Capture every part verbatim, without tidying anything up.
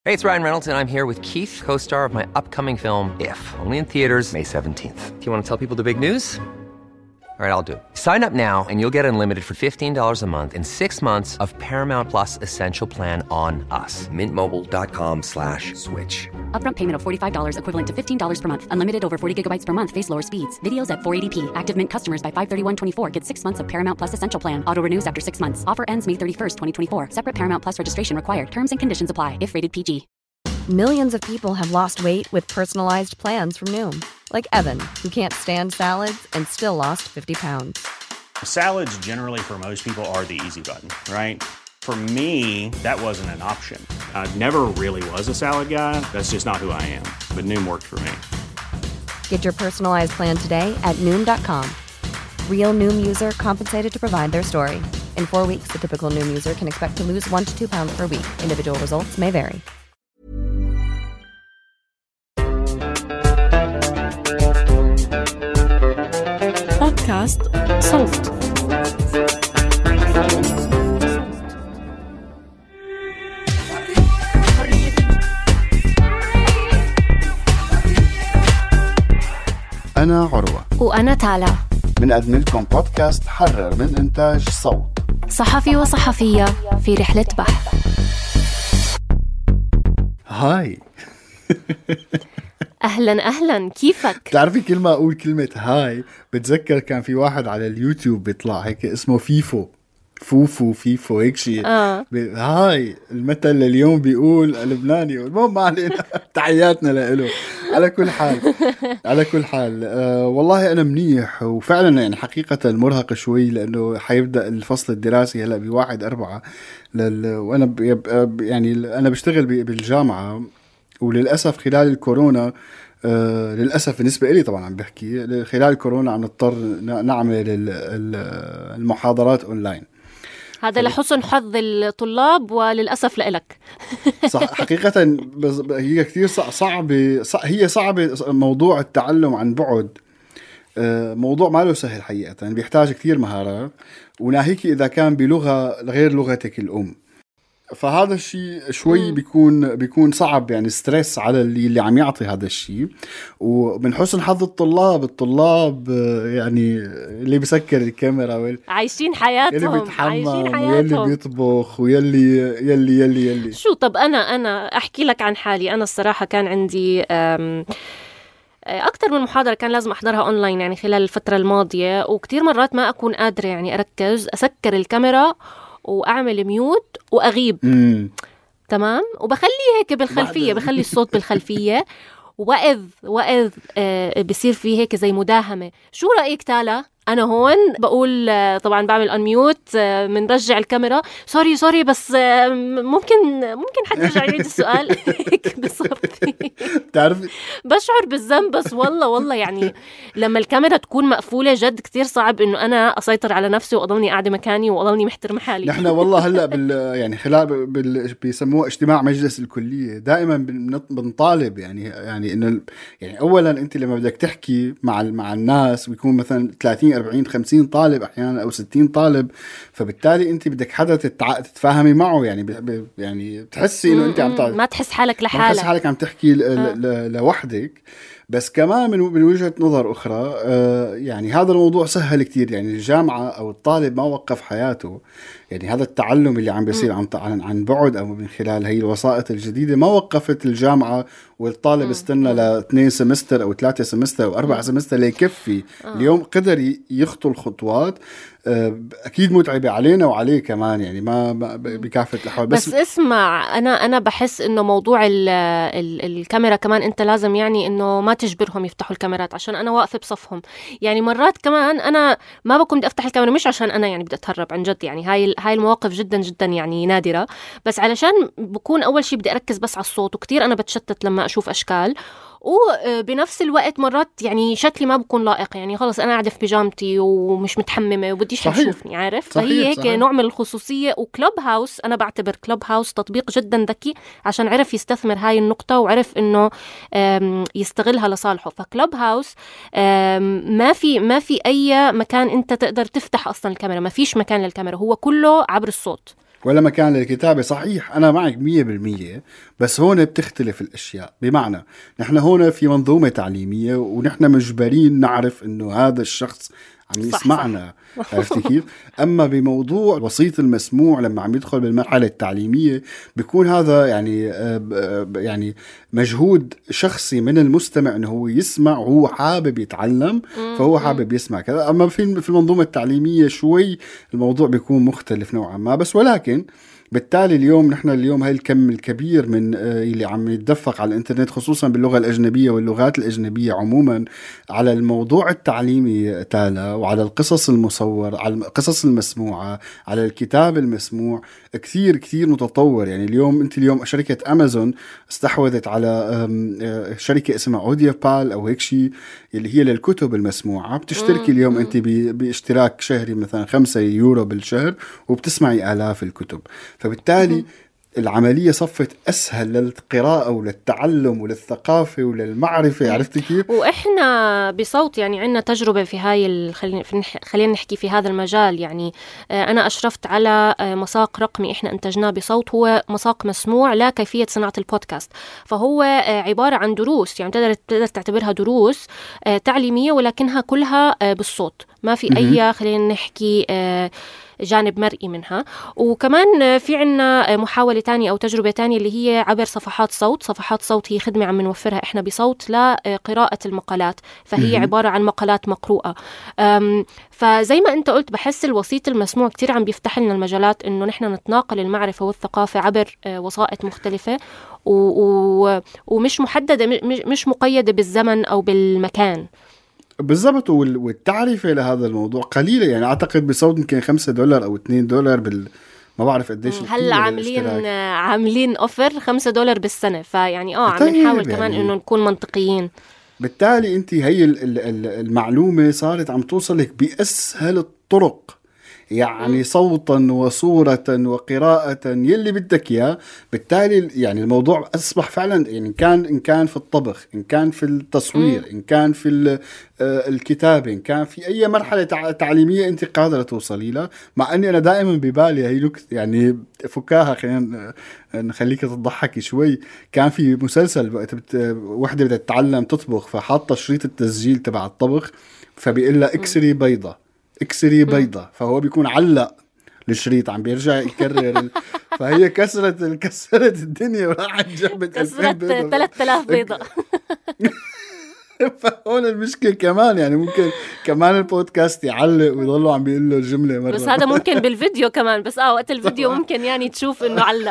Hey, it's Ryan Reynolds, and I'm here with Keith, co-star of my upcoming film, If, only in theaters May seventeenth. Do you want to tell people the big news? All right, I'll do it. Sign up now and you'll get unlimited for fifteen dollars a month and six months of Paramount Plus Essential Plan on us. Mint Mobile dot com slash switch. Upfront payment of forty-five dollars equivalent to fifteen dollars per month. Unlimited over forty gigabytes per month. Face lower speeds. Videos at four eighty p. Active Mint customers by five thirty-one twenty-four get six months of Paramount Plus Essential Plan. Auto renews after six months. Offer ends May thirty-first, twenty twenty-four. Separate Paramount Plus registration required. Terms and conditions apply if rated P G. Millions of people have lost weight with personalized plans from Noom. Like Evan, who can't stand salads and still lost fifty pounds. Salads generally for most people are the easy button, right? For me, that wasn't an option. I never really was a salad guy. That's just not who I am. But Noom worked for me. Get your personalized plan today at Noom dot com. Real Noom user compensated to provide their story. In four weeks, the typical Noom user can expect to lose one to two pounds per week. Individual results may vary. بودكاست صوت. أنا عروة وأنا تالا. بنقدم لكم بودكاست حرر من إنتاج صوت. صحفي وصحفية في رحلة بحث. هاي. أهلا أهلا، كيفك؟ تعرفي كل ما أقول كلمة هاي بتذكر كان في واحد على اليوتيوب بيطلع هيك اسمه فيفو فوفو فيفو هيك شيء. آه. هاي المثل اليوم بيقول اللبناني. المهم ما علينا. تحياتنا له. على كل حال على كل حال آه والله أنا منيح، وفعلا يعني حقيقة مرهق شوي لأنه حيبدأ الفصل الدراسي هلأ بواحد أربعة لل... وأنا ب... يعني أنا بشتغل بالجامعة، وللأسف خلال الكورونا آه للأسف بالنسبة إلي طبعا عم بحكي خلال الكورونا عم نضطر نعمل المحاضرات أونلاين. هذا لحسن حظ الطلاب وللأسف لإلك. صح حقيقة هي كثير صعب هي صعبة موضوع التعلم عن بعد. موضوع ما له سهل حقيقة، يعني بيحتاج كثير مهارات، وناهيك إذا كان بلغة غير لغتك الأم، فهذا الشيء شوي بيكون بيكون صعب، يعني ستريس على اللي اللي عم يعطي هذا الشيء. ومن حسن حظ الطلاب الطلاب يعني اللي بيسكر الكاميرا وال... عايشين حياتهم، اللي بيتحمم ويلي بيطبخ ويلي يلي يلي يلي شو. طب أنا أنا أحكي لك عن حالي. أنا الصراحة كان عندي أكتر من محاضرة كان لازم أحضرها أونلاين يعني خلال الفترة الماضية، وكتير مرات ما أكون قادرة يعني أركز، أسكر الكاميرا وأعمل ميوت وأغيب. مم. تمام، وبخليه هيك بالخلفية، بخلي الصوت بالخلفية، وإذ وإذ آه بصير فيه هيك زي مداهمة. شو رأيك تالا؟ أنا هون بقول آه طبعا بعمل أنميوت، آه منرجع الكاميرا، سوري سوري بس آه ممكن ممكن حد يرجع يعيد السؤال. هيك بصرتي تعرفي بشعر بالذنب، بس والله والله يعني لما الكاميرا تكون مقفولة جد كتير صعب إنه أنا أسيطر على نفسي وأضلني قاعدة مكاني وأضلني محترمة حالي. نحن والله هلأ بال يعني خلال بال بيسموه اجتماع مجلس الكلية دائما بنطالب يعني يعني إنه يعني أولا أنت لما بدك تحكي مع مع الناس ويكون مثلا ثلاثين أربعين خمسين طالب أحيانا أو ستين طالب، فبالتالي أنت بدك حدا تتع... تتفاهمي معه، يعني ب... يعني تحسي إنه أنت عم تع... ما تحس حالك لحالك، ما تحس حالك عم تحكي ل... ل... لوحدك. بس كمان من من وجهة نظر أخرى آه يعني هذا الموضوع سهل كتير، يعني الجامعة أو الطالب ما وقف حياته، يعني هذا التعلم اللي عم بيصير عن عن بعد أو من خلال هي الوسائط الجديدة ما وقفت الجامعة، والطالب استنى لاثنين سمستر أو ثلاثة سمستر أو أربعة سمستر ليكفي. اليوم قدر يخطو الخطوات، أكيد متعبة علينا وعليه كمان، يعني ما بكافة الأحوال. بس, بس اسمع، أنا أنا بحس إنه موضوع ال ال الكاميرا كمان أنت لازم يعني إنه ما تجبرهم يفتحوا الكاميرات عشان أنا واقفة بصفهم. يعني مرات كمان أنا ما بكون بدي أفتح الكاميرا مش عشان أنا يعني بدي أتهرب عن جد، يعني هاي هاي المواقف جدا جدا يعني نادرة، بس علشان بكون أول شيء بدي أركز بس على الصوت، وكتير أنا بتشتت لما أشوف أشكال، وبنفس الوقت مرات يعني شكلي ما بكون لائق، يعني خلص أنا قاعدة في بيجامتي ومش متحممة وبديش حد يشوفني، عارف؟ فهي هيك صحيح. نوع من الخصوصية. وكلوب هاوس أنا بعتبر كلوب هاوس تطبيق جدا ذكي عشان عرف يستثمر هاي النقطة وعرف إنه يستغلها لصالحه. فكلوب هاوس ما في ما في أي مكان أنت تقدر تفتح أصلا الكاميرا، ما فيش مكان للكاميرا، هو كله عبر الصوت. ولا مكان للكتابة. صحيح أنا معك مية بالمية، بس هون بتختلف الأشياء. بمعنى نحن هون في منظومة تعليمية ونحن مجبرين نعرف إنه هذا الشخص عم يسمعنا. عرفتي كيف؟ أما بموضوع الوسيط المسموع لما عم يدخل بالمرحلة التعليمية بيكون هذا يعني يعني مجهود شخصي من المستمع إنه هو يسمع وهو حابب يتعلم، فهو حابب يسمع كذا. أما في في المنظومة التعليمية شوي الموضوع بيكون مختلف نوعا ما. بس ولكن بالتالي اليوم نحن اليوم هاي الكم الكبير من اللي عم يتدفق على الانترنت خصوصا باللغة الأجنبية واللغات الأجنبية عموما على الموضوع التعليمي تالا، وعلى القصص المصور، على القصص المسموعة، على الكتاب المسموع، كثير كثير متطور. يعني اليوم انت اليوم شركة أمازون استحوذت على شركة اسمها أوديو بال أو هيك شيء اللي هي للكتب المسموعة. بتشتركي اليوم انت باشتراك شهري مثلا خمسة يورو بالشهر وبتسمعي آلاف الكتب. فبالتالي العملية صفت أسهل للقراءة وللتعلم وللثقافة وللمعرفة. عرفتي كيف؟ وإحنا بصوت يعني عنا تجربة في هاي ال... خلينا نحكي في هذا المجال. يعني أنا أشرفت على مساق رقمي إحنا أنتجناه بصوت، هو مساق مسموع لا كيفية صناعة البودكاست. فهو عبارة عن دروس، يعني تقدر تقدر تعتبرها دروس تعليمية ولكنها كلها بالصوت، ما في أي خلينا نحكي جانب مرئي منها. وكمان في عنا محاولة تانية أو تجربة تانية اللي هي عبر صفحات صوت. صفحات صوت هي خدمة عم نوفرها إحنا بصوت لقراءة المقالات، فهي عبارة عن مقالات مقروءة. فزي ما أنت قلت بحس الوسيط المسموع كتير عم بيفتح لنا المجالات إنه نحن نتناقل المعرفة والثقافة عبر وسائط مختلفة و... و... ومش محددة، مش, مش مقيدة بالزمن أو بالمكان. بالضبط. والتعرفة لهذا الموضوع قليلة. يعني أعتقد بصوت يمكن خمسة دولار أو اثنين دولار بال ما بعرف قديش. هلا عاملين عاملين أوفر خمسة دولار بالسنة، فيعني آه عم نحاول يعني كمان إنه نكون منطقيين. بالتالي أنت هي المعلومة صارت عم توصلك بأسهل الطرق، يعني صوتا وصورة وقراءة يلي بدك إياه. بالتالي يعني الموضوع أصبح فعلا يعني كان إن كان في الطبخ، إن كان في التصوير، إن كان في الكتابة، إن كان في أي مرحلة تعليمية أنت قادرة توصلي لها. مع أني أنا دائما ببالي هي يعني فكاها، خلينا نخليك تضحكي شوي. كان في مسلسل وقت وحدة بدها تتعلم تطبخ، فحاطة شريط التسجيل تبع الطبخ، فبيقول لها اكسري بيضة اكسري بيضة، فهو بيكون علق الشريط عم بيرجع يكرر ال... فهي كسرت كسرت الدنيا وراحت جابت كسرت ثلاثة آلاف بيضة. فهون المشكلة كمان يعني ممكن كمان البودكاست يعلق ويضلوا عم بيقول له الجملة مرة، بس هذا ممكن بالفيديو كمان. بس اه وقت الفيديو ممكن يعني تشوف انه علق.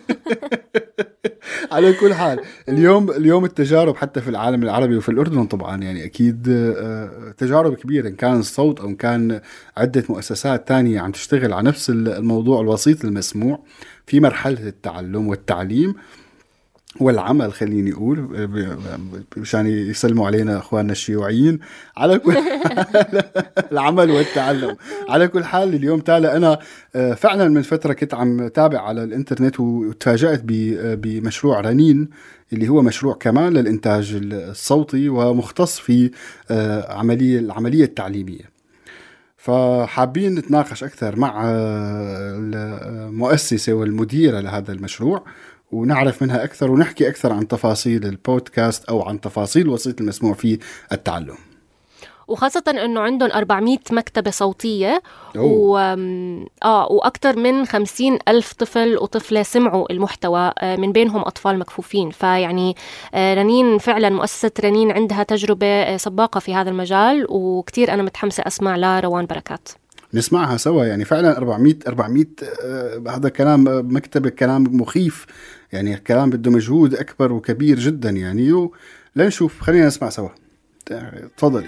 على كل حال اليوم اليوم التجارب حتى في العالم العربي وفي الأردن طبعا يعني أكيد تجارب كبيرة، إن كان الصوت أو إن كان عدة مؤسسات تانية عم تشتغل على نفس الموضوع الوسيط المسموع في مرحلة التعلم والتعليم والعمل. خليني أقول مشان يسلموا علينا أخواننا الشيوعيين على كل العمل والتعلم. على كل حال اليوم تالا أنا فعلا من فترة كنت عم تابع على الإنترنت وتفاجأت بمشروع رنين اللي هو مشروع كمان للإنتاج الصوتي ومختص في عملية العملية التعليمية. فحابين نتناقش أكثر مع المؤسسة والمديرة لهذا المشروع ونعرف منها أكثر ونحكي أكثر عن تفاصيل البودكاست أو عن تفاصيل وسيط المسموع في التعلم، وخاصة أنه عندهم أربعمية مكتبة صوتية و... آه وأكثر من خمسين ألف طفل وطفلة سمعوا المحتوى، من بينهم أطفال مكفوفين. فيعني رنين فعلا مؤسسة رنين عندها تجربة سباقة في هذا المجال، وكتير أنا متحمسة أسمع لروان بركات نسمعها سوا. يعني فعلا أربعمية أربعمية آه هذا كلام مكتبة، كلام مخيف، يعني كلام بده مجهود أكبر وكبير جدا يعني. لنشوف، خلينا نسمع سوا. تفضلي.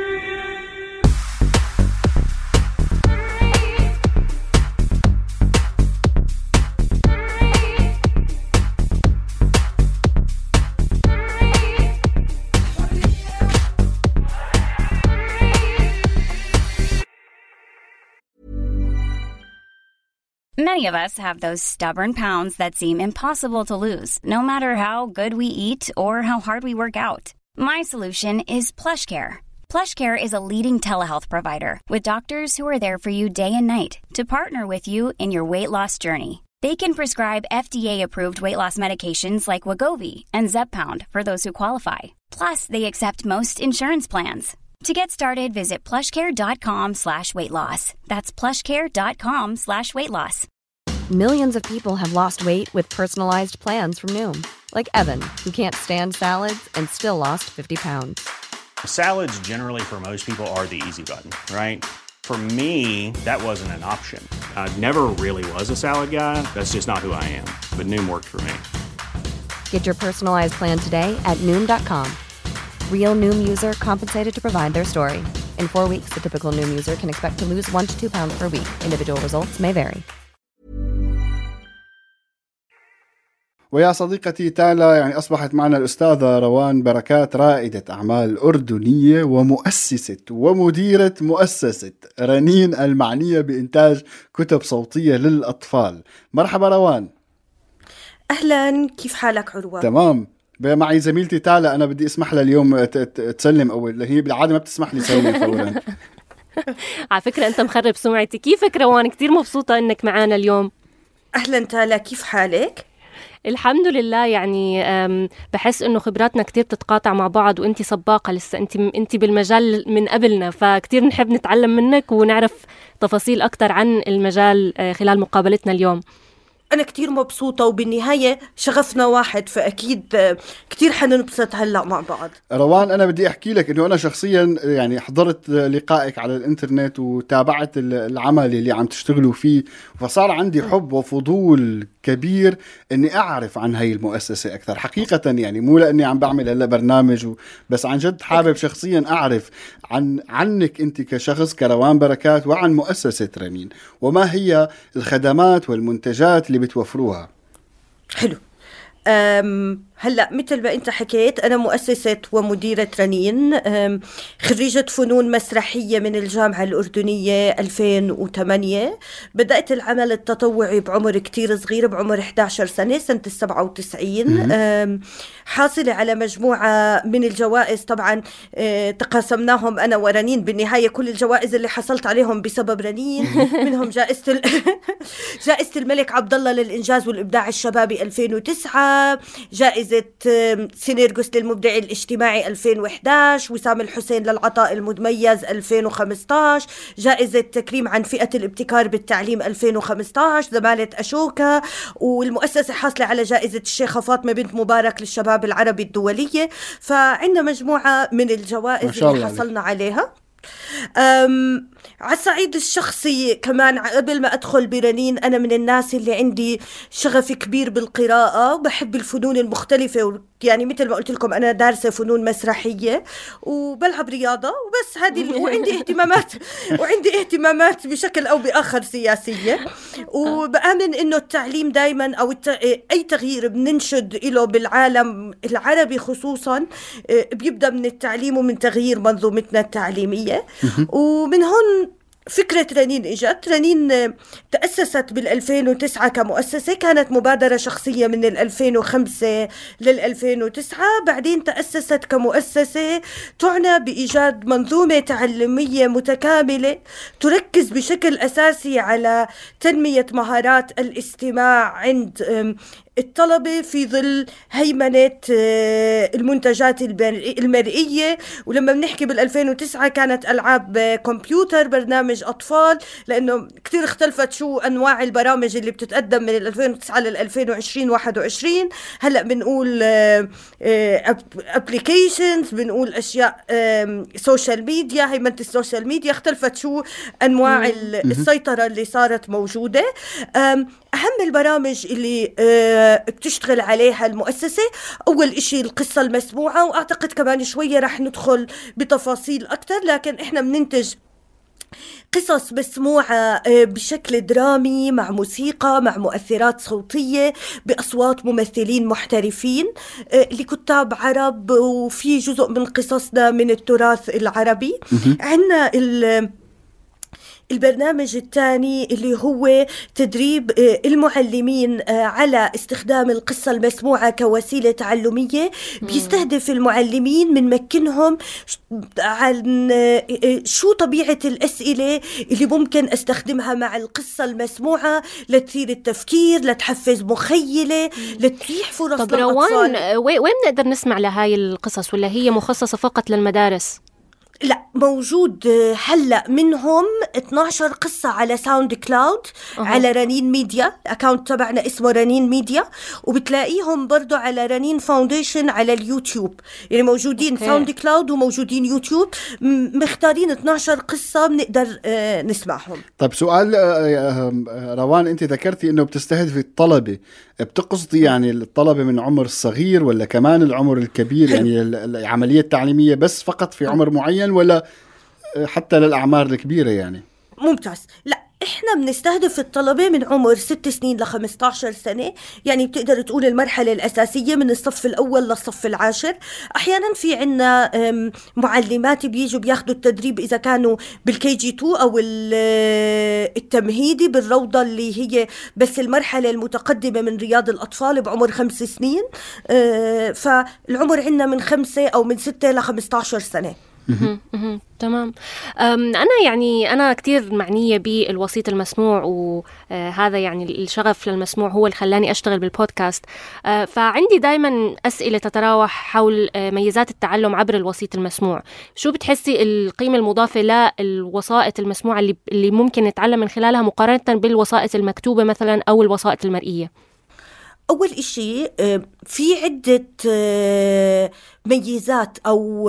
Many of us have those stubborn pounds that seem impossible to lose, no matter how good we eat or how hard we work out. My solution is PlushCare. PlushCare is a leading telehealth provider with doctors who are there for you day and night to partner with you in your weight loss journey. They can prescribe F D A-approved weight loss medications like Wegovy and Zepbound for those who qualify. Plus, they accept most insurance plans. To get started, visit plushcare.com slash weight loss. That's plushcare.com slash weight loss. Millions of people have lost weight with personalized plans from Noom. Like Evan, who can't stand salads and still lost fifty pounds. Salads generally for most people are the easy button, right? For me, that wasn't an option. I never really was a salad guy. That's just not who I am. But Noom worked for me. Get your personalized plan today at Noom dot com. Real Noom user compensated to provide their story. In four weeks, the typical Noom user can expect to lose one to two pounds per week. Individual results may vary. ويا صديقتي تالا، يعني أصبحت معنا الأستاذة روان بركات، رائدة أعمال أردنية ومؤسسة ومديرة مؤسسة رنين المعنية بإنتاج كتب صوتية للأطفال. مرحبا روان. أهلا، كيف حالك عروة؟ تمام. معي زميلتي تالا، أنا بدي أسمح لها اليوم تسلم أول، هي بالعادة ما بتسمح لي سلم فورا. على فكرة أنت مخرب سمعتي. كيفك روان؟ كتير مبسوطة إنك معانا اليوم. أهلا تالا، كيف حالك؟ الحمد لله. يعني بحس إنه خبراتنا كتير بتتقاطع مع بعض، وإنتي سباقة لسه، إنتي إنتي بالمجال من قبلنا، فكتير نحب نتعلم منك ونعرف تفاصيل أكتر عن المجال خلال مقابلتنا اليوم. أنا كتير مبسوطة، وبالنهاية شغفنا واحد، فأكيد كتير حننبسط هلأ مع بعض. روان، أنا بدي أحكي لك إنه أنا شخصيا يعني حضرت لقائك على الإنترنت وتابعت العمل اللي عم تشتغلوا فيه، فصار عندي حب وفضول كبير إني أعرف عن هاي المؤسسة أكثر حقيقة. يعني مو لأني عم بعمل هلا برنامج، بس عن جد حابب شخصيا أعرف عن عنك أنت كشخص كروان بركات، وعن مؤسسة رنين، وما هي الخدمات والمنتجات اللي بتوفروها. حلو. هلأ مثل ما أنت حكيت، أنا مؤسسة ومديرة رنين، خريجة فنون مسرحية من الجامعة الأردنية ألفين وثمانية. بدأت العمل التطوعي بعمر كتير صغير، بعمر إحدى عشرة سنة، سنة السبعة وتسعين. حاصلة على مجموعة من الجوائز، طبعا تقاسمناهم أنا ورنين بالنهاية كل الجوائز اللي حصلت عليهم بسبب رنين. منهم جائزة جائزة الملك عبدالله للإنجاز والإبداع الشبابي ألفين وتسعة، جائزة سينيرغوس للمبدع الاجتماعي ألفين وإحدى عشر، وسام الحسين للعطاء المتميز ألفين وخمسة عشر، جائزة تكريم عن فئة الابتكار بالتعليم ألفين وخمسة عشر، زمالة أشوكا. والمؤسسة حاصلة على جائزة الشيخة فاطمة بنت مبارك للشباب العربي الدولية. فعندنا مجموعة من الجوائز اللي حصلنا عليها. أم على الصعيد الشخصي كمان، قبل ما أدخل برنين، أنا من الناس اللي عندي شغف كبير بالقراءة، وبحب الفنون المختلفة. يعني مثل ما قلت لكم أنا دارسة فنون مسرحية وبلعب رياضة وبس. هذه وعندي اهتمامات وعندي اهتمامات بشكل أو بآخر سياسية. وبآمن إنه التعليم دايما أو الت... أي تغيير بننشد إله بالعالم العربي خصوصا بيبدأ من التعليم ومن تغيير منظومتنا التعليمية. ومن هون فكرة رنين إجت. رنين تأسست بالألفين وتسعة كمؤسسة، كانت مبادرة شخصية من الألفين وخمسة للألفين وتسعة. بعدين تأسست كمؤسسة تعنى بإيجاد منظومة تعليمية متكاملة تركز بشكل أساسي على تنمية مهارات الاستماع عند الطلبة في ظل هيمنة المنتجات المرئية. ولما بنحكي بالألفين وتسعة كانت ألعاب كمبيوتر، برنامج أطفال، لأنه كتير اختلفت شو أنواع البرامج اللي بتتقدم من الألفين وتسعة للألفين وعشرين واحد وعشرين. هلأ بنقول applications، بنقول أشياء سوشيال ميديا، هيمنة السوشيال ميديا. اختلفت شو أنواع السيطرة اللي صارت موجودة. أهم البرامج اللي بتشتغل عليها المؤسسة، أول إشي القصة المسموعة، وأعتقد كمان شوية رح ندخل بتفاصيل أكتر، لكن إحنا بننتج قصص مسموعة بشكل درامي مع موسيقى مع مؤثرات صوتية بأصوات ممثلين محترفين لكتاب عرب، وفي جزء من قصصنا من التراث العربي. عنا ال البرنامج الثاني اللي هو تدريب المعلمين على استخدام القصة المسموعة كوسيلة تعلمية. بيستهدف المعلمين من مكنهم عن شو طبيعة الأسئلة اللي ممكن استخدمها مع القصة المسموعة لتثير التفكير، لتحفز مخيلة، لتتيح فرص طب روان، وين نقدر نسمع لهاي القصص، ولا هي مخصصة فقط للمدارس؟ لا، موجود هلأ منهم اثناشر قصة على ساوند كلاود. أه. على رنين ميديا، اكاونت تبعنا اسمه رنين ميديا، وبتلاقيهم برضو على رنين فاونديشن على اليوتيوب. يعني موجودين أوكي. ساوند كلاود وموجودين يوتيوب، مختارين اثناشر قصة بنقدر آه نسمعهم. طيب سؤال آه روان، انت ذكرتي انه بتستهدف الطلبة، بتقصدي يعني الطلبة من عمر الصغير ولا كمان العمر الكبير؟ يعني العملية التعليمية بس فقط في عمر معين ولا حتى للأعمار الكبيرة يعني؟ ممتاز. لا، احنا بنستهدف الطلبة من عمر ست سنين ل خمسة عشر سنة. يعني بتقدر تقول المرحلة الأساسية من الصف الأول للصف العاشر. أحيانا في عنا معلمات بيجوا بياخدوا التدريب إذا كانوا بالكي جي تو أو التمهيدي بالروضة اللي هي بس المرحلة المتقدمة من رياض الأطفال بعمر خمس سنين. فالعمر عنا من خمسة أو من ستة ل خمسة عشر سنة. تمام. أنا يعني أنا كتير معنية بالوسيط المسموع، وهذا يعني الشغف للمسموع هو اللي خلاني أشتغل بالبودكاست. فعندي دايما أسئلة تتراوح حول ميزات التعلم عبر الوسيط المسموع. شو بتحسي القيمة المضافة للوسائط المسموعة اللي اللي ممكن نتعلم من خلالها مقارنة بالوسائط المكتوبة مثلا أو الوسائط المرئية؟ أول إشي في عدة ميزات أو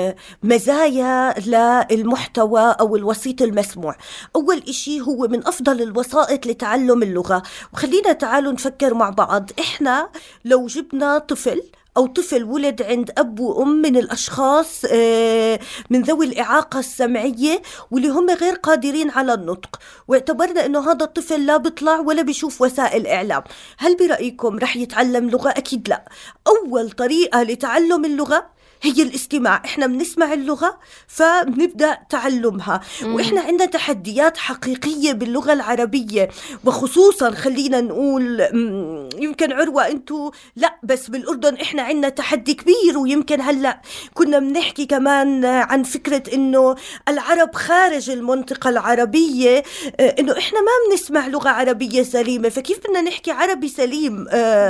مزايا للمحتوى أو الوسيط المسموع. أول إشي هو من أفضل الوسائط لتعلم اللغة. وخلينا تعالوا نفكر مع بعض. إحنا لو جبنا طفل أو طفل ولد عند أب وأم من الأشخاص من ذوي الإعاقة السمعية واللي هم غير قادرين على النطق، واعتبرنا أنه هذا الطفل لا بيطلع ولا بيشوف وسائل إعلام، هل برأيكم رح يتعلم لغة؟ أكيد لا. أول طريقة لتعلم اللغة هي الاستماع. احنا بنسمع اللغة فبنبدأ تعلمها. مم. واحنا عندنا تحديات حقيقية باللغة العربية، وخصوصا خلينا نقول يمكن عروة انتو لا، بس بالأردن احنا عندنا تحدي كبير. ويمكن هلأ كنا بنحكي كمان عن فكرة انه العرب خارج المنطقة العربية، انه احنا ما بنسمع لغة عربية سليمة، فكيف بدنا نحكي عربي سليم؟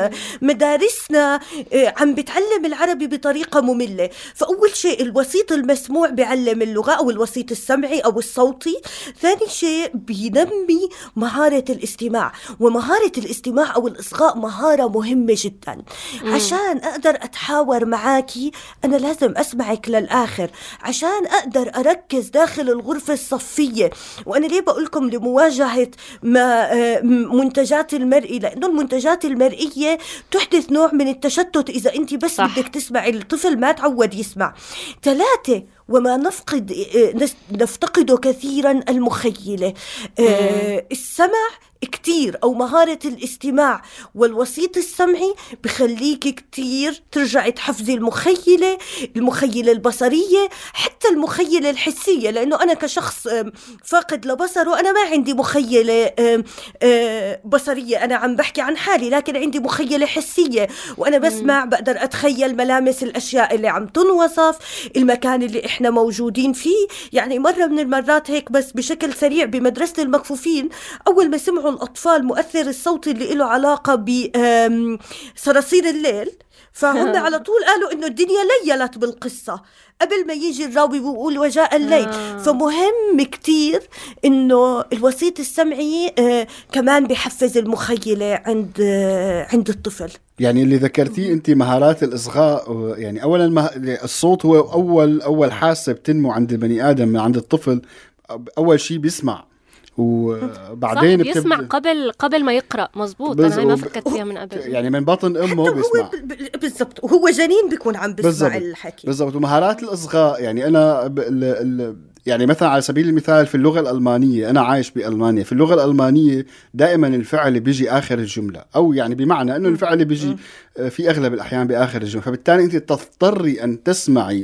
مدارسنا عم بتعلم العربي بطريقة مملة. فأول شيء الوسيط المسموع بيعلم اللغة أو الوسيط السمعي أو الصوتي. ثاني شيء بينمي مهارة الاستماع، ومهارة الاستماع أو الإصغاء مهارة مهمة جدا. مم. عشان أقدر أتحاور معاكي أنا لازم أسمعك للآخر عشان أقدر أركز داخل الغرفة الصفية. وأنا ليه بقولكم لمواجهة ما منتجات المرئي؟ لأنه المنتجات المرئية تحدث نوع من التشتت إذا أنت بس صح. بدك تسمعي الطفل ما تعود يسمع. ثلاثة، وما نفقد نفتقده كثيرا المخيلة. آه السمع كتير أو مهارة الاستماع والوسيط السمعي بخليك كتير ترجع تحفزي المخيلة المخيلة البصرية، حتى المخيلة الحسية، لأنه أنا كشخص فاقد لبصر وأنا ما عندي مخيلة بصرية، أنا عم بحكي عن حالي، لكن عندي مخيلة حسية، وأنا بسمع بقدر أتخيل ملامس الأشياء اللي عم تنوصف، المكان اللي إحنا موجودين فيه. يعني مرة من المرات هيك بس بشكل سريع بمدرسة المكفوفين، أول ما سمعوا الأطفال مؤثر الصوتي اللي له علاقة بصراصير الليل، فهم على طول قالوا إنه الدنيا ليلت بالقصة قبل ما يجي الراوي ويقول وجاء الليل. آه. فمهم كتير إنه الوسيط السمعي آه كمان بيحفز المخيلة عند آه عند الطفل. يعني اللي ذكرتيه أنت مهارات الإصغاء، يعني أولا مه... الصوت هو أول أول حاسة بتنمو عند البني آدم، عند الطفل أول شيء بيسمع وبعدين يسمع قبل قبل ما يقرأ. مزبوط. أنا ما فكرت فيها من قبل. يعني من بطن أمه بيسمع بالضبط، وهو جنين بيكون عم بيسمع الحكي بالضبط. ومهارات الإصغاء، يعني أنا ب... ال... ال... يعني مثلا على سبيل المثال في اللغة الألمانية، أنا عايش بألمانيا، في اللغة الألمانية دائما الفعل بيجي آخر الجملة، أو يعني بمعنى أنه الفعل بيجي في أغلب الأحيان بآخر الجملة، فبالتالي أنت تضطري أن تسمعي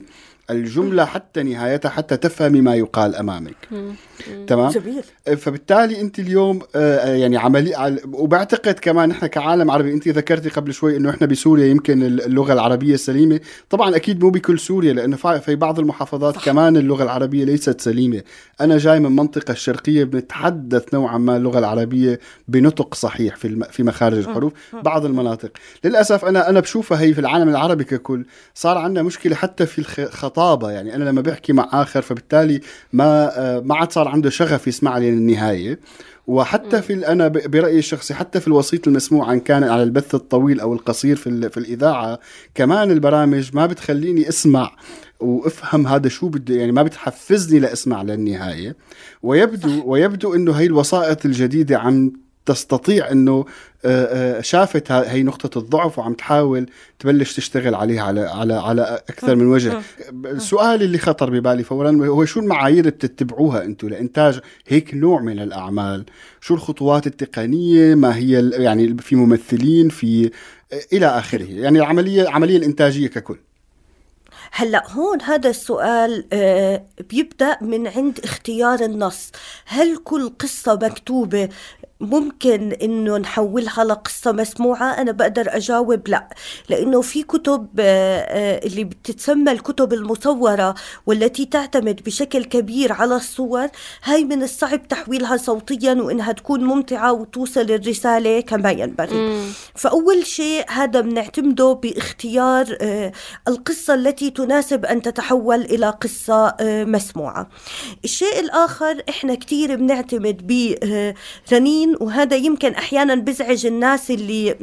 الجملة حتى نهايتها حتى تفهمي ما يقال أمامك. تمام. جميل. فبالتالي أنت اليوم يعني عملي، وبعتقد كمان نحن كعالم عربي، أنت ذكرتي قبل شوي إنه إحنا بسوريا يمكن اللغة العربية سليمة. طبعا أكيد مو بكل سوريا، لأنه في بعض المحافظات صح. كمان اللغة العربية ليست سليمة. أنا جاي من منطقة الشرقية بنتحدث نوعا ما اللغة العربية بنطق صحيح في في مخارج الحروف. بعض المناطق للأسف أنا أنا بشوفها هي في العالم العربي ككل صار عندنا مشكلة حتى في الخطابة. يعني أنا لما بحكي مع آخر فبالتالي ما ما عاد صار عنده شغف يسمع لي للنهاية. وحتى في أنا برأيي الشخصي حتى في الوسيط المسموع عن كان على البث الطويل أو القصير في في الإذاعة كمان البرامج ما بتخليني أسمع وأفهم هذا شو بده، يعني ما بتحفزني لأسمع للنهاية. ويبدو ويبدو إنه هي الوسائط الجديدة عم تستطيع إنه شافت هاي نقطة الضعف وعم تحاول تبلش تشتغل عليها على على على أكثر من وجه. السؤال اللي خطر ببالي فورا هو شو المعايير اللي بتتبعوها أنتم لإنتاج هيك نوع من الأعمال؟ شو الخطوات التقنية؟ ما هي يعني في ممثلين في إلى آخره، يعني العملية عملية الإنتاجية ككل. هلأ هون هذا السؤال آه بيبدأ من عند اختيار النص. هل كل قصة مكتوبة ممكن إنه نحولها لقصة مسموعة؟ أنا بقدر أجاوب لا، لأنه في كتب آه اللي بتتسمى الكتب المصورة والتي تعتمد بشكل كبير على الصور، هاي من الصعب تحويلها صوتيا وإنها تكون ممتعة وتوصل الرسالة كما ينبغي. فأول شيء هذا بنعتمده باختيار آه القصة التي تناسب أن تتحول إلى قصة آه مسموعة. الشيء الآخر إحنا كتير بنعتمد برنين، وهذا يمكن أحيانا بزعج الناس اللي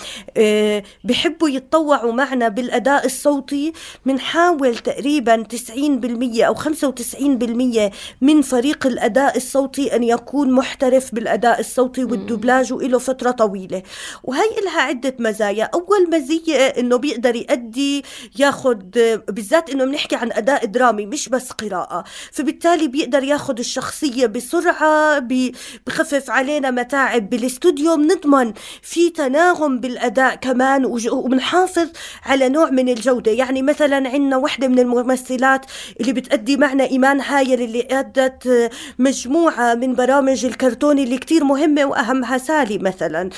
بيحبوا يتطوعوا معنا بالأداء الصوتي. منحاول تقريبا تسعين بالمية أو خمسة وتسعين بالمية من فريق الأداء الصوتي أن يكون محترف بالأداء الصوتي والدبلاج وإله فترة طويلة. وهي لها عدة مزايا. أول مزية إنه بيقدر يأدي ياخد، بالذات إنه بنحكي عن أداء درامي مش بس قراءة، فبالتالي بيقدر ياخد الشخصية بسرعة، بخفف علينا متاعب بالاستوديو، بنضمن في تناغم بالأداء كمان، وبنحافظ على نوع من الجودة. يعني مثلا عندنا واحدة من الممثلات اللي بتأدي معنا إيمان هايل اللي أدت مجموعة من برامج الكرتون اللي كتير مهمة وأهمها سالي مثلا.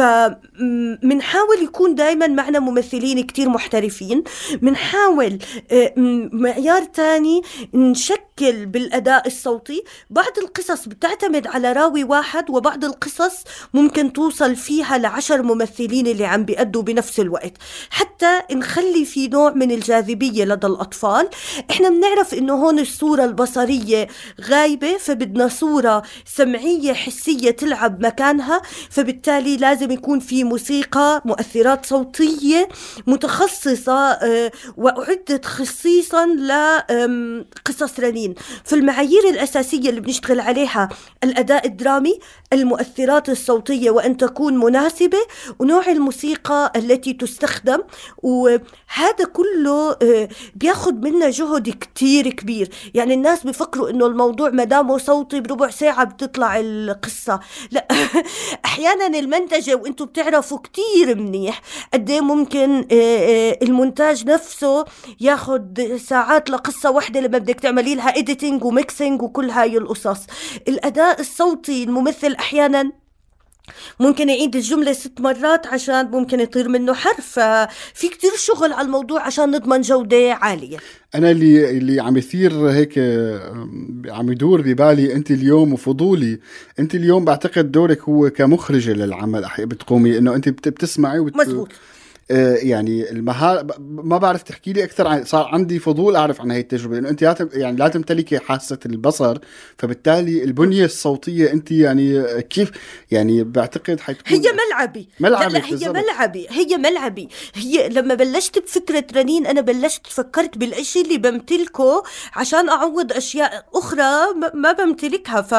فمنحاول يكون دايما معنا ممثلين كتير محترفين. منحاول معيار تاني نشكل بالأداء الصوتي. بعض القصص بتعتمد على راوي واحد، وبعض القصص ممكن توصل فيها لعشر ممثلين اللي عم بيأدوا بنفس الوقت، حتى نخلي في نوع من الجاذبية لدى الأطفال. احنا بنعرف انه هون الصورة البصرية غايبة، فبدنا صورة سمعية حسية تلعب مكانها، فبالتالي لازم يكون في موسيقى، مؤثرات صوتية متخصصة وأعدت خصيصا لقصص رنين. فالمعايير الأساسية اللي بنشتغل عليها الأداء الدرامي، المؤثرات الصوتية وأن تكون مناسبة، ونوع الموسيقى التي تستخدم. وهذا كله بياخد منا جهد كتير كبير. يعني الناس بيفكروا إنه الموضوع مدامه صوتي بربع ساعة بتطلع القصة، لا. أحيانا المنتجة وإنتوا بتعرفوا كتير منيح قديه ممكن المونتاج نفسه ياخد ساعات لقصة واحدة لما بدك تعملي لها إديتينج وميكسينج وكل هاي القصص. الأداء الصوتي الممثل أحيانا ممكن يعيد الجملة ست مرات عشان ممكن يطير منه حرف. في كتير شغل على الموضوع عشان نضمن جودة عالية. أنا اللي اللي عم يثير هيك عم يدور ببالي أنت اليوم وفضولي، أنت اليوم بعتقد دورك هو كمخرجة للعمل بتقومي إنه أنت بتسمعي وبت... مزبوط. يعني المهارة ما بعرف تحكي لي أكثر عن، صار عندي فضول أعرف عن هاي التجربة، لأنه أنت لازم يعني لا تمتلكي حاسة البصر، فبالتالي البنية الصوتية أنت يعني كيف يعني بعتقد حتكون هي ملعبي ملعبي لا لا هي ملعبي هي ملعبي هي لما بلشت بفكرة رنين أنا بلشت فكرت بالإشي اللي بمتلكه عشان أعوض أشياء أخرى ما بمتلكها. ف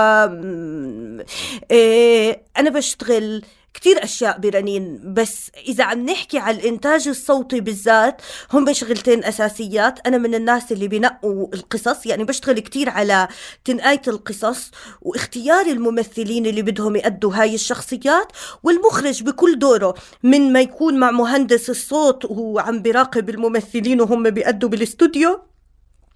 إيه أنا بشتغل كتير أشياء برنين، بس إذا عم نحكي على الإنتاج الصوتي بالذات هم شغلتين أساسيات. أنا من الناس اللي بينقوا القصص، يعني بشتغل كتير على تنقاية القصص واختيار الممثلين اللي بدهم يأدوا هاي الشخصيات، والمخرج بكل دوره من ما يكون مع مهندس الصوت وعم بيراقب الممثلين وهم بيأدوا بالاستوديو،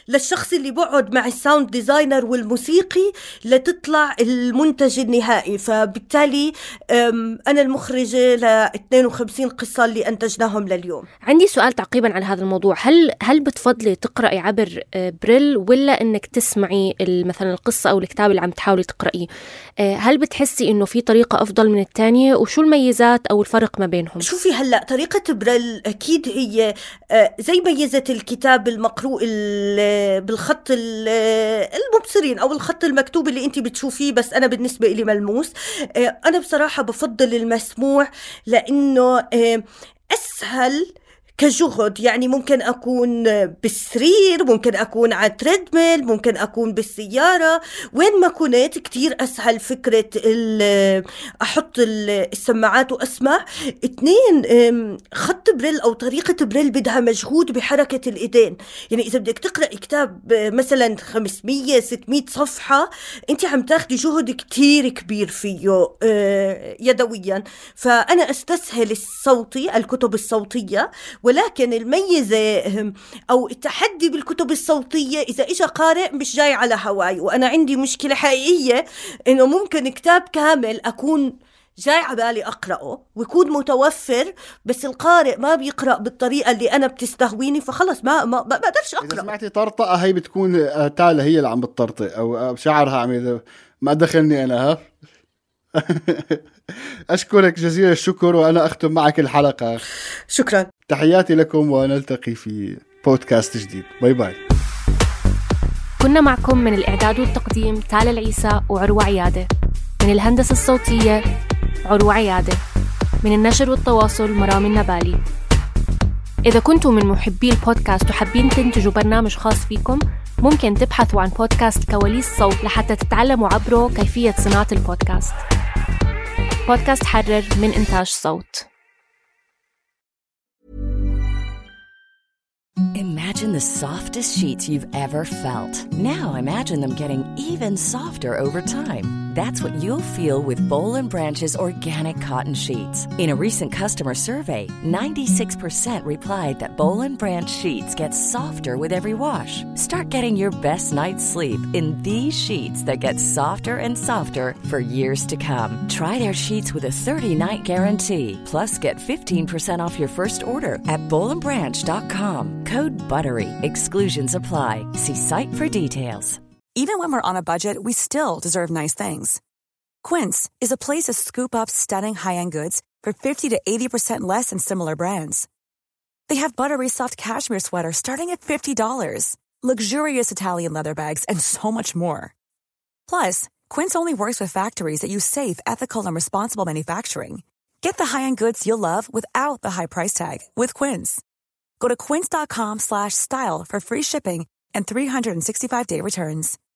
للشخص اللي بقعد مع الساوند ديزاينر والموسيقي لتطلع المنتج النهائي. فبالتالي أنا المخرجة ل اثنين وخمسين قصة اللي أنتجناهم لليوم. عندي سؤال تعقيبا على هذا الموضوع، هل هل بتفضلي تقرأي عبر بريل ولا إنك تسمعي مثلا القصة أو الكتاب اللي عم تحاولي تقرأيه؟ هل بتحسي إنه في طريقة أفضل من الثانية، وشو الميزات أو الفرق ما بينهم؟ شوفي هلأ طريقة بريل أكيد هي زي ميزة الكتاب المقروء بالخط المبصرين أو الخط المكتوب اللي أنت بتشوفيه، بس أنا بالنسبة لي ملموس. أنا بصراحة بفضل المسموع لأنه أسهل كجهد، يعني ممكن أكون بالسرير، ممكن أكون على تريدميل، ممكن أكون بالسيارة، وين ما كنت كتير أسهل فكرة أحط السماعات وأسمع. اتنين، خط بريل أو طريقة بريل بدها مجهود بحركة الإيدين، يعني إذا بدك تقرأ كتاب مثلا خمسمية ستمية صفحة أنت عم تاخدي جهد كتير كبير فيه يدويا. فأنا أستسهل الصوتي الكتب الصوتية، ولكن الميزة أو التحدي بالكتب الصوتية إذا إجا قارئ مش جاي على هواي، وأنا عندي مشكلة حقيقية إنه ممكن كتاب كامل أكون جاي عبالي أقرأه ويكون متوفر، بس القارئ ما بيقرأ بالطريقة اللي أنا بتستهويني، فخلص ما ما بقدرش أقرأ. إذا سمعتي طرطقة هي بتكون تالا هي اللي عم بتطرطق أو شعرها عم ما دخلني أنا. ها أشكرك جزيل الشكر، وأنا أختم معك الحلقة. شكرا، تحياتي لكم، ونلتقي في بودكاست جديد. باي باي. كنا معكم من الإعداد والتقديم تالا العيسى وعروة عيادة، من الهندسة الصوتية عروة عيادة، من النشر والتواصل مرام النبالي. إذا كنتم من محبي البودكاست وحابين تنتجوا برنامج خاص فيكم، ممكن تبحثوا عن بودكاست كواليس صوت لحتى تتعلموا عبره كيفية صناعة البودكاست. بودكاست حرر من إنتاج صوت. Imagine the softest sheets you've ever felt. Now imagine them getting even softer over time. That's what you'll feel with Boll and Branch's organic cotton sheets. In a recent customer survey, ninety-six percent replied that Boll and Branch sheets get softer with every wash. Start getting your best night's sleep in these sheets that get softer and softer for years to come. Try their sheets with a thirty-night guarantee. Plus, get fifteen percent off your first order at boll and branch dot com. Code BUTTERY. Exclusions apply. See site for details. Even when we're on a budget, we still deserve nice things. Quince is a place to scoop up stunning high-end goods for fifty to eighty percent less than similar brands. They have buttery soft cashmere sweaters starting at fifty dollars, luxurious Italian leather bags, and so much more. Plus, Quince only works with factories that use safe, ethical, and responsible manufacturing. Get the high-end goods you'll love without the high price tag with Quince. Go to quince dot com slash style for free shipping and three hundred sixty-five day returns.